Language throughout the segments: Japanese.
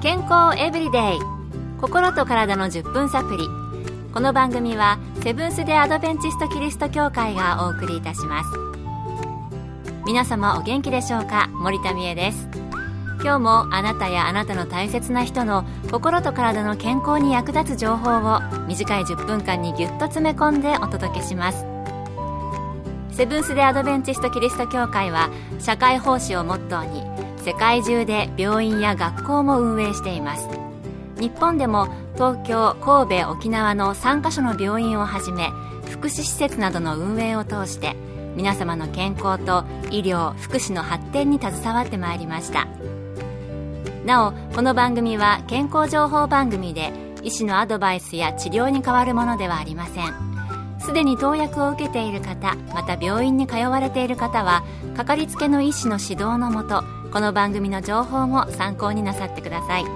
健康エブリデイ、心と体の10分サプリ。この番組はセブンス・デ・アドベンチスト・キリスト教会がお送りいたします。皆様お元気でしょうか。森田美恵です。今日もあなたやあなたの大切な人の心と体の健康に役立つ情報を短い10分間にぎゅっと詰め込んでお届けします。セブンス・デ・アドベンチスト・キリスト教会は社会奉仕をモットーに世界中で病院や学校も運営しています。日本でも東京、神戸、沖縄の3カ所の病院をはじめ福祉施設などの運営を通して皆様の健康と医療・福祉の発展に携わってまいりました。なお、この番組は健康情報番組で医師のアドバイスや治療に代わるものではありません。すでに投薬を受けている方、また病院に通われている方はかかりつけの医師の指導のもと、この番組の情報も参考になさってください。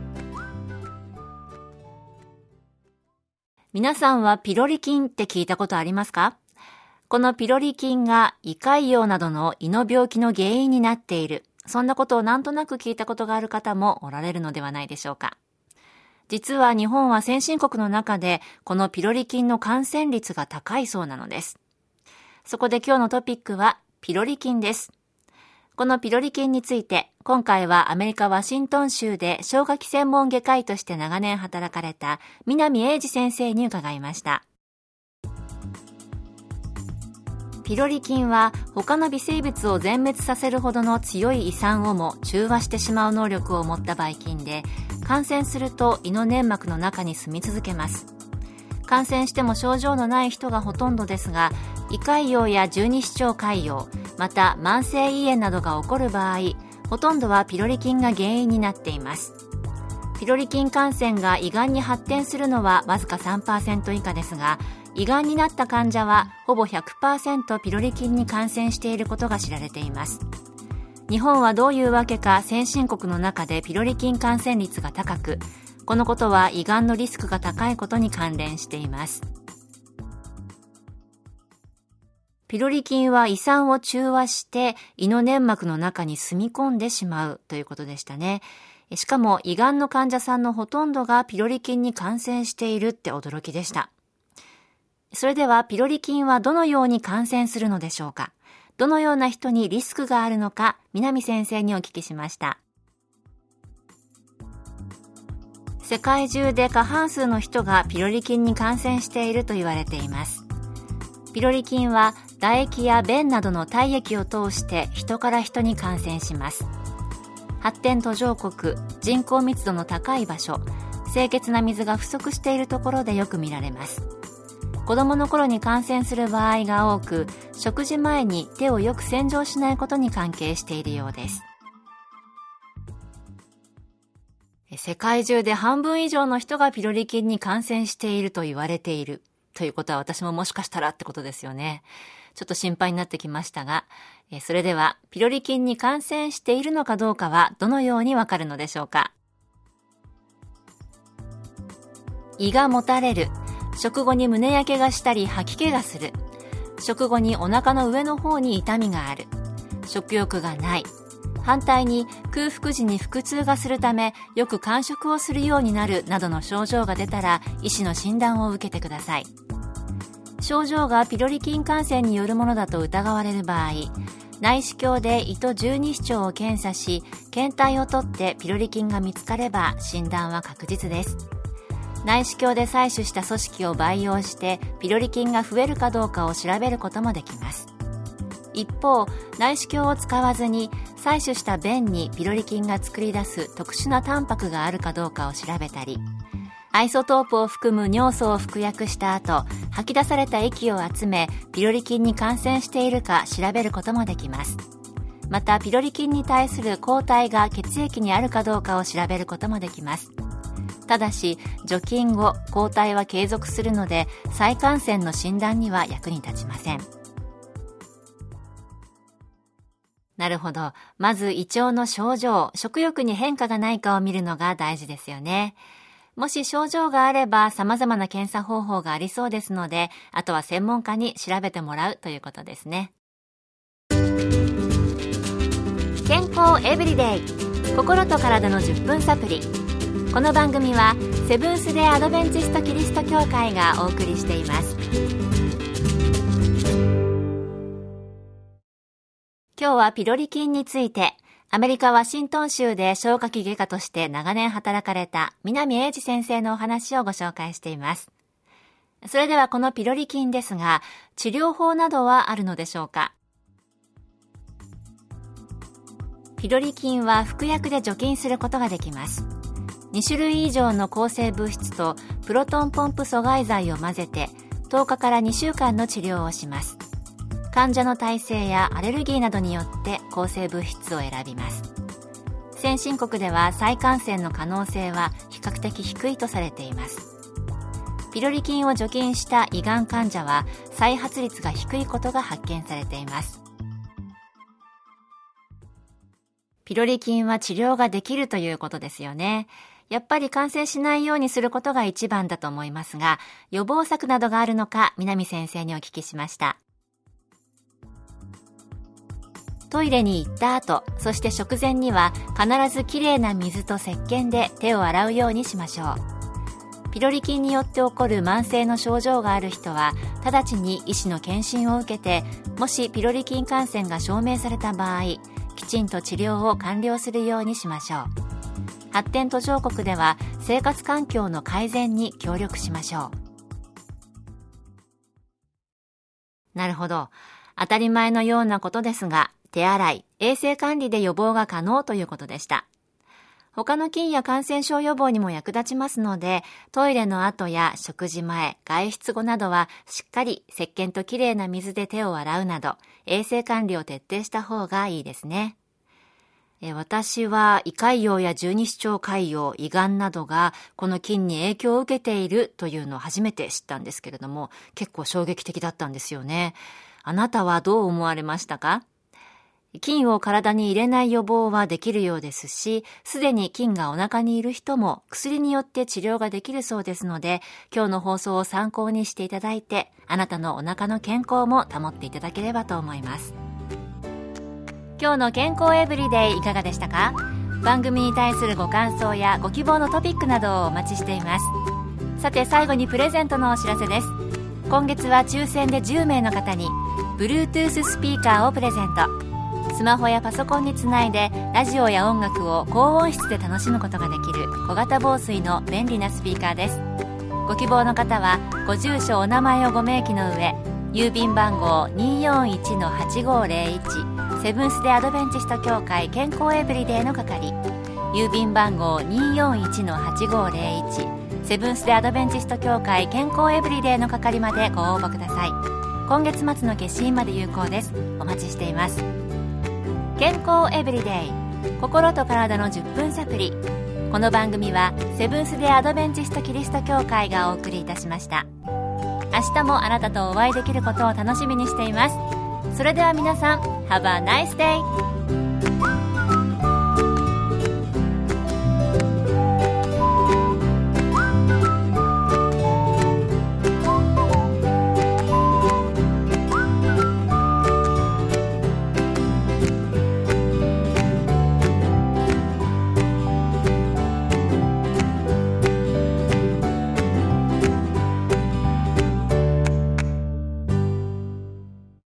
皆さんはピロリ菌って聞いたことありますか？このピロリ菌が胃潰瘍などの胃の病気の原因になっている、そんなことをなんとなく聞いたことがある方もおられるのではないでしょうか。実は日本は先進国の中でこのピロリ菌の感染率が高いそうなのです。そこで今日のトピックはピロリ菌です。このピロリ菌について今回はアメリカ・ワシントン州で消化器専門外科医として長年働かれた南英二先生に伺いました。ピロリ菌は他の微生物を全滅させるほどの強い胃酸をも中和してしまう能力を持ったばい菌で、感染すると胃の粘膜の中に住み続けます。感染しても症状のない人がほとんどですが、胃潰瘍や十二指腸潰瘍、また慢性胃炎などが起こる場合、ほとんどはピロリ菌が原因になっています。ピロリ菌感染が胃がんに発展するのはわずか 3% 以下ですが、胃がんになった患者はほぼ 100% ピロリ菌に感染していることが知られています。日本はどういうわけか先進国の中でピロリ菌感染率が高く、このことは胃がんのリスクが高いことに関連しています。ピロリ菌は胃酸を中和して胃の粘膜の中に住み込んでしまうということでしたね。しかも胃がんの患者さんのほとんどがピロリ菌に感染しているって驚きでした。それではピロリ菌はどのように感染するのでしょうか。どのような人にリスクがあるのか、南先生にお聞きしました。世界中で過半数の人がピロリ菌に感染していると言われています。ピロリ菌は唾液や便などの体液を通して人から人に感染します。発展途上国、人口密度の高い場所、清潔な水が不足しているところでよく見られます。子供の頃に感染する場合が多く、食事前に手をよく洗浄しないことに関係しているようです。世界中で半分以上の人がピロリ菌に感染していると言われているということは、私ももしかしたらってことですよね。ちょっと心配になってきましたが、それではピロリ菌に感染しているのかどうかはどのようにわかるのでしょうか。胃がもたれる、食後に胸焼けがしたり吐き気がする、食後にお腹の上の方に痛みがある、食欲がない、反対に空腹時に腹痛がするためよく間食をするようになるなどの症状が出たら医師の診断を受けてください。症状がピロリ菌感染によるものだと疑われる場合、内視鏡で胃と十二指腸を検査し、検体を取ってピロリ菌が見つかれば診断は確実です。内視鏡で採取した組織を培養してピロリ菌が増えるかどうかを調べることもできます。一方、内視鏡を使わずに採取した便にピロリ菌が作り出す特殊なタンパクがあるかどうかを調べたり、アイソトープを含む尿素を服薬した後、吐き出された液を集めピロリ菌に感染しているか調べることもできます。またピロリ菌に対する抗体が血液にあるかどうかを調べることもできます。ただし除菌後抗体は継続するので再感染の診断には役に立ちません。なるほど。まず胃腸の症状、食欲に変化がないかを見るのが大事ですよね。もし症状があれば様々な検査方法がありそうですので、あとは専門家に調べてもらうということですね。健康エブリデイ、心と体の10分サプリ。 この番組はセブンス・デ・アドベンチスト・キリスト教会がお送りしています。今日はピロリ菌について、アメリカ・ワシントン州で消化器外科として長年働かれた南英二先生のお話をご紹介しています。それではこのピロリ菌ですが、治療法などはあるのでしょうか。ピロリ菌は服薬で除菌することができます。2種類以上の抗生物質とプロトンポンプ阻害剤を混ぜて10日から2週間の治療をします。患者の体勢やアレルギーなどによって抗生物質を選びます。先進国では再感染の可能性は比較的低いとされています。ピロリ菌を除菌した胃がん患者は再発率が低いことが発見されています。ピロリ菌は治療ができるということですよね。やっぱり感染しないようにすることが一番だと思いますが、予防策などがあるのか南先生にお聞きしました。トイレに行った後、そして食前には必ずきれいな水と石鹸で手を洗うようにしましょう。ピロリ菌によって起こる慢性の症状がある人は直ちに医師の検診を受けて、もしピロリ菌感染が証明された場合、きちんと治療を完了するようにしましょう。発展途上国では生活環境の改善に協力しましょう。なるほど。当たり前のようなことですが、手洗い、衛生管理で予防が可能ということでした。他の菌や感染症予防にも役立ちますので、トイレの後や食事前、外出後などはしっかり石鹸ときれいな水で手を洗うなど、衛生管理を徹底した方がいいですね。私は胃潰瘍や十二指腸潰瘍、胃がんなどがこの菌に影響を受けているというのを初めて知ったんですけれども、結構衝撃的だったんですよね。あなたはどう思われましたか？菌を体に入れない予防はできるようですし、すでに菌がお腹にいる人も薬によって治療ができるそうですので、今日の放送を参考にしていただいて、あなたのお腹の健康も保っていただければと思います。今日の健康エブリデイいかがでしたか？番組に対するご感想やご希望のトピックなどをお待ちしています。さて最後にプレゼントのお知らせです。今月は抽選で10名の方に Bluetooth スピーカーをプレゼント。スマホやパソコンにつないでラジオや音楽を高音質で楽しむことができる小型防水の便利なスピーカーです。ご希望の方はご住所お名前をご明記の上、郵便番号 241-8501 セブンス・デ・アドベンチスト協会健康エブリデイの係、郵便番号 241-8501 セブンス・デ・アドベンチスト協会健康エブリデイの係までご応募ください。今月末の消印まで有効です。お待ちしています。健康エブリデイ、心と体の10分サプリ。この番組はセブンス・デ・アドベンチスト・キリスト教会がお送りいたしました。明日もあなたとお会いできることを楽しみにしています。それでは皆さん、Have a nice day!